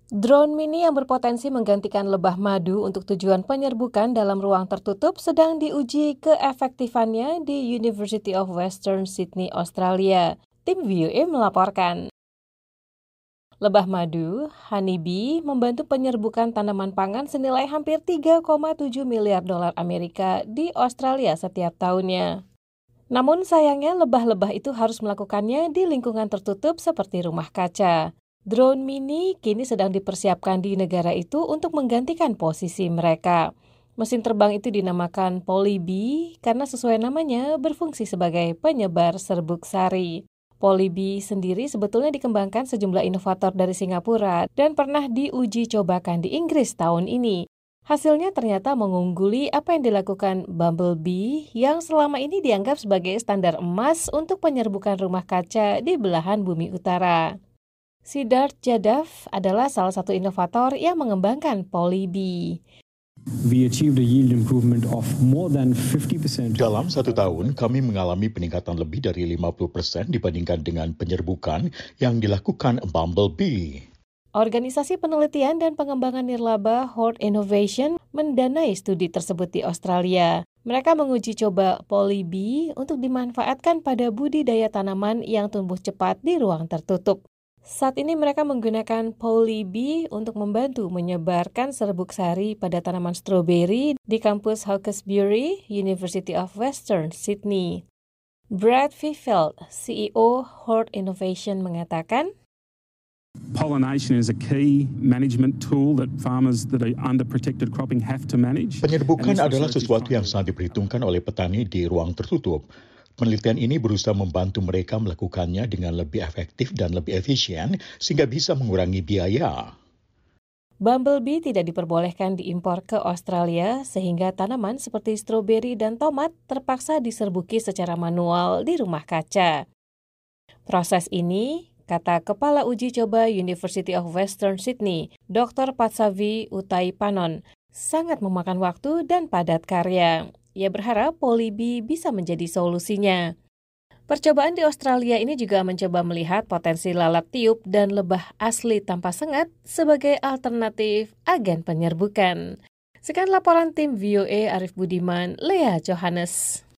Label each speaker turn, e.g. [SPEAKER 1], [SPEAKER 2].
[SPEAKER 1] Drone mini yang berpotensi menggantikan lebah madu untuk tujuan penyerbukan dalam ruang tertutup sedang diuji keefektifannya di University of Western Sydney, Australia. Tim VOA melaporkan. Lebah madu, honeybee, membantu penyerbukan tanaman pangan senilai hampir 3,7 miliar dolar Amerika di Australia setiap tahunnya. Namun sayangnya lebah-lebah itu harus melakukannya di lingkungan tertutup seperti rumah kaca. Drone mini kini sedang dipersiapkan di negara itu untuk menggantikan posisi mereka. Mesin terbang itu dinamakan Polybee karena sesuai namanya berfungsi sebagai penyebar serbuk sari. Polybee sendiri sebetulnya dikembangkan sejumlah inovator dari Singapura dan pernah diuji cobakan di Inggris tahun ini. Hasilnya ternyata mengungguli apa yang dilakukan Bumblebee yang selama ini dianggap sebagai standar emas untuk penyerbukan rumah kaca di belahan bumi utara. Siddharth Jadhav adalah salah satu inovator yang mengembangkan Polybee.
[SPEAKER 2] We achieved a yield improvement of more than 50%.
[SPEAKER 3] Dalam 1 tahun, kami mengalami peningkatan lebih dari 50% dibandingkan dengan penyerbukan yang dilakukan Bumblebee.
[SPEAKER 1] Organisasi penelitian dan pengembangan nirlaba Hort Innovation mendanai studi tersebut di Australia. Mereka menguji coba Polybee untuk dimanfaatkan pada budidaya tanaman yang tumbuh cepat di ruang tertutup. Saat ini mereka menggunakan Polybee untuk membantu menyebarkan serbuk sari pada tanaman stroberi di kampus Hawkesbury, University of Western Sydney. Brad Fifield, CEO Hort Innovation mengatakan,
[SPEAKER 2] Pollination is a key management tool that farmers that are under protected cropping have to manage.
[SPEAKER 3] Penyerbukan adalah sesuatu yang sangat diperhitungkan oleh petani di ruang tertutup. Penelitian ini berusaha membantu mereka melakukannya dengan lebih efektif dan lebih efisien sehingga bisa mengurangi biaya.
[SPEAKER 1] Bumblebee tidak diperbolehkan diimpor ke Australia sehingga tanaman seperti stroberi dan tomat terpaksa diserbuki secara manual di rumah kaca. Proses ini, kata Kepala Uji Coba University of Western Sydney, Dr. Patsavi Utaipanon, sangat memakan waktu dan padat karya. Ia berharap Polybee bisa menjadi solusinya. Percobaan di Australia ini juga mencoba melihat potensi lalat tiup dan lebah asli tanpa sengat sebagai alternatif agen penyerbukan. Sekian laporan tim VOA Arif Budiman, Lea Johannes.